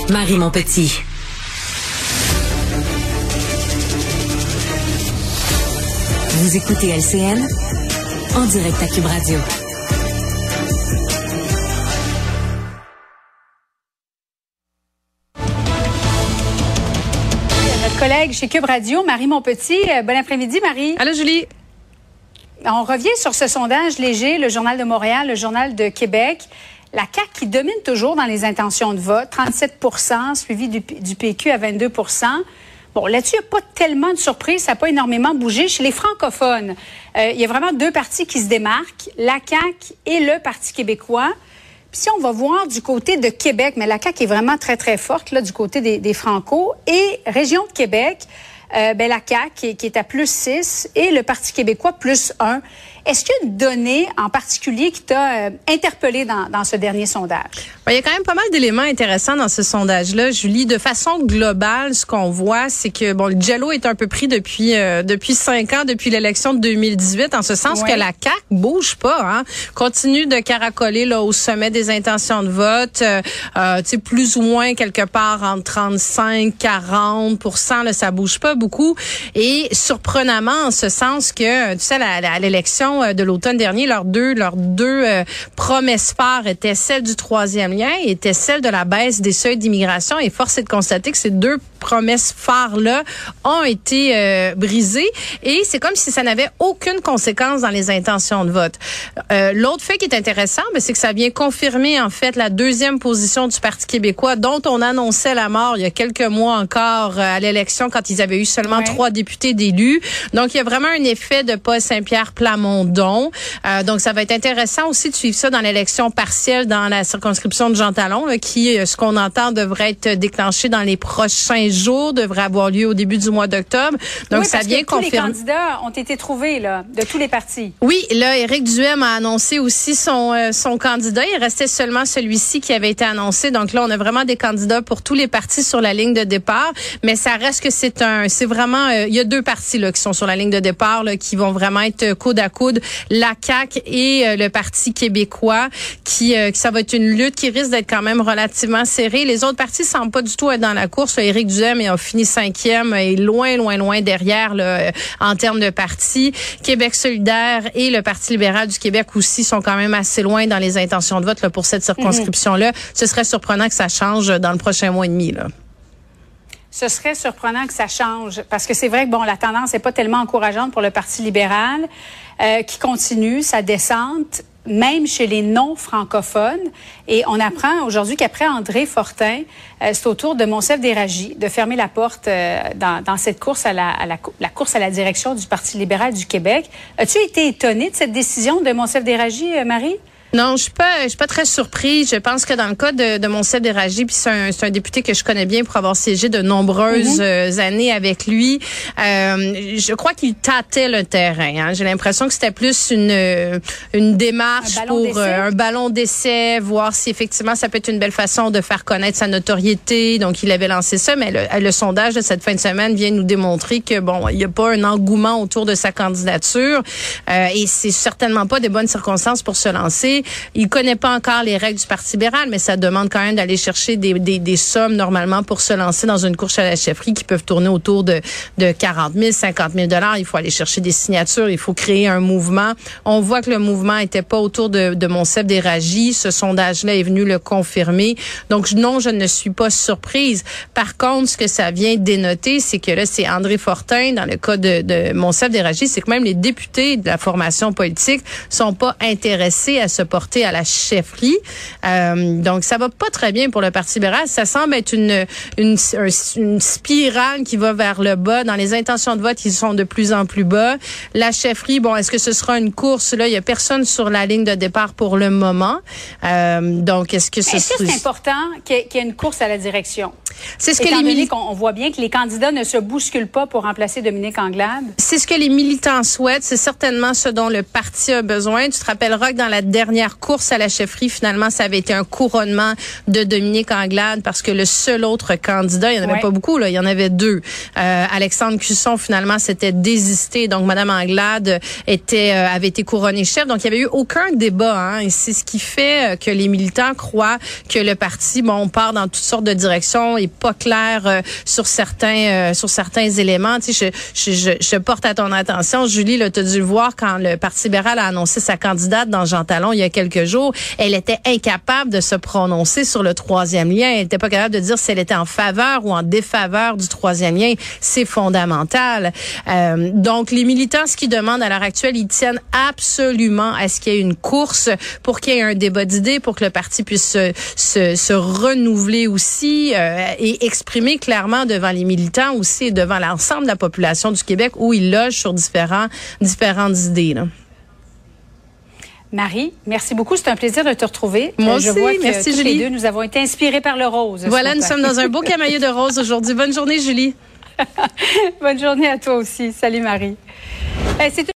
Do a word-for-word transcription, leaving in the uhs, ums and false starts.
Marie Montpetit. Vous écoutez L C N en direct à Cube Radio. Notre collègue chez Cube Radio, Marie Montpetit. Bon après-midi, Marie. Allô, Julie. On revient sur ce sondage léger, le Journal de Montréal, le Journal de Québec. La C A Q qui domine toujours dans les intentions de vote, trente-sept pour cent, suivi du, du P Q à vingt-deux pour cent. Bon, là-dessus, il n'y a pas tellement de surprises, ça n'a pas énormément bougé. Chez les francophones, euh, il y a vraiment deux partis qui se démarquent, la C A Q et le Parti québécois. Puis si on va voir du côté de Québec, mais la C A Q est vraiment très, très forte là, du côté des, des Franco. Et Région de Québec, euh, ben, la C A Q qui, qui est à plus six et le Parti québécois plus un. Est-ce qu'il y a une donnée en particulier qui t'a euh, interpellé dans, dans ce dernier sondage? Il y a quand même pas mal d'éléments intéressants dans ce sondage-là, Julie. De façon globale, ce qu'on voit, c'est que bon, le jello est un peu pris depuis euh, depuis cinq ans, depuis l'élection de deux mille dix-huit, en ce sens ouais. que la C A Q bouge pas, hein, continue de caracoler là au sommet des intentions de vote, euh, euh, tu sais plus ou moins quelque part entre trente-cinq quarante pour cent, là, ça bouge pas beaucoup. Et surprenamment, en ce sens que tu sais, à, à l'élection de l'automne dernier, leurs deux, leurs deux euh, promesses phares étaient celle du troisième lien et étaient celle de la baisse des seuils d'immigration. Et force est de constater que ces deux promesses phares-là ont été euh, brisées. Et c'est comme si ça n'avait aucune conséquence dans les intentions de vote. Euh, l'autre fait qui est intéressant, ben, c'est que ça vient confirmer en fait la deuxième position du Parti québécois, dont on annonçait la mort il y a quelques mois encore euh, à l'élection, quand ils avaient eu seulement ouais. trois députés d'élus. Donc, il y a vraiment un effet de Paul Saint-Pierre Plamondon. Euh, donc, ça va être intéressant aussi de suivre ça dans l'élection partielle dans la circonscription de Jean Talon, là, qui, ce qu'on entend, devrait être déclenché dans les prochains jours, devrait avoir lieu au début du mois d'octobre. Donc, oui, ça vient confirmer. Tous les candidats ont été trouvés, là, de tous les partis. Oui, là, Éric Duhem a annoncé aussi son euh, son candidat. Il restait seulement celui-ci qui avait été annoncé. Donc là, on a vraiment des candidats pour tous les partis sur la ligne de départ. Mais ça reste que c'est un, c'est vraiment, euh, il y a deux partis là qui sont sur la ligne de départ, là, qui vont vraiment être coude à coude. La C A Q et euh, le Parti québécois, qui, euh, ça va être une lutte qui risque d'être quand même relativement serrée. Les autres partis semblent pas du tout être dans la course. Là, Éric Duhem a fini cinquième et loin, loin, loin derrière là, en termes de partis. Québec solidaire et le Parti libéral du Québec aussi sont quand même assez loin dans les intentions de vote là, pour cette circonscription-là. Mm-hmm. Ce serait surprenant que ça change dans le prochain mois et demi, là. Ce serait surprenant que ça change, parce que c'est vrai que bon, la tendance n'est pas tellement encourageante pour le Parti libéral, euh, qui continue sa descente, même chez les non-francophones. Et on apprend aujourd'hui qu'après André Fortin, euh, c'est au tour de Monsef-Déragi de fermer la porte euh, dans, dans cette course à la, à la, la course à la direction du Parti libéral du Québec. As-tu été étonnée de cette décision de Monsef-Déragi, euh, Marie? Non, je suis pas, je suis pas très surprise. Je pense que dans le cas de, de Monsef-Déragi, puis c'est un, c'est un député que je connais bien pour avoir siégé de nombreuses mm-hmm. années avec lui. Euh, je crois qu'il tâtait le terrain. Hein. J'ai l'impression que c'était plus une une démarche un pour euh, un ballon d'essai, voir si effectivement ça peut être une belle façon de faire connaître sa notoriété. Donc il avait lancé ça, mais le, le sondage de cette fin de semaine vient nous démontrer que bon, il y a pas un engouement autour de sa candidature euh, et c'est certainement pas des bonnes circonstances pour se lancer. Il connaît pas encore les règles du Parti libéral, mais ça demande quand même d'aller chercher des, des, des sommes normalement pour se lancer dans une course à la chefferie qui peuvent tourner autour de, de quarante mille, cinquante mille dollars. Il faut aller chercher des signatures, il faut créer un mouvement. On voit que le mouvement était pas autour de, de Monsef-Déragi. Ce sondage-là est venu le confirmer. Donc non, je ne suis pas surprise. Par contre, ce que ça vient dénoter, c'est que là, c'est André Fortin, dans le cas de, de Monsef-Déragi, c'est que même les députés de la formation politique sont pas intéressés à se porter à la chefferie. Euh, donc, ça va pas très bien pour le Parti libéral. Ça semble être une, une, une spirale qui va vers le bas. Dans les intentions de vote, ils sont de plus en plus bas. La chefferie, bon, est-ce que ce sera une course? Là, il y a personne sur la ligne de départ pour le moment. Euh, donc, est-ce que ce Est-ce que c'est important qu'il y ait une course à la direction? C'est ce que Étant les militants. On voit bien que les candidats ne se bousculent pas pour remplacer Dominique Anglade. C'est ce que les militants souhaitent. C'est certainement ce dont le parti a besoin. Tu te rappelleras que dans la dernière course à la chefferie, finalement, ça avait été un couronnement de Dominique Anglade parce que le seul autre candidat, il n'y en avait ouais. pas beaucoup, là, il y en avait deux. Euh, Alexandre Cusson, finalement, s'était désisté. Donc, Mme Anglade était, euh, avait été couronnée chef. Donc, il n'y avait eu aucun débat. Hein, et c'est ce qui fait que les militants croient que le parti, bon, on part dans toutes sortes de directions, est pas clair euh, sur certains euh, sur certains éléments. Tu sais, je, je, je porte à ton attention, Julie, tu as dû le voir quand le Parti libéral a annoncé sa candidate dans Jean Talon il y a quelques jours. Elle était incapable de se prononcer sur le troisième lien. Elle n'était pas capable de dire si elle était en faveur ou en défaveur du troisième lien. C'est fondamental. Euh, donc, les militants, ce qu'ils demandent à l'heure actuelle, ils tiennent absolument à ce qu'il y ait une course pour qu'il y ait un débat d'idées, pour que le parti puisse se, se, se renouveler aussi euh, et exprimer clairement devant les militants aussi et devant l'ensemble de la population du Québec où ils logent sur différents, différentes idées. Là. Marie, merci beaucoup. C'est un plaisir de te retrouver. Moi euh, je aussi, vois que merci toutes Julie. Les deux, nous avons été inspirés par le rose. Voilà, nous sommes dans un beau camailleux de rose aujourd'hui. Bonne journée, Julie. Bonne journée à toi aussi. Salut, Marie. Hey, c'est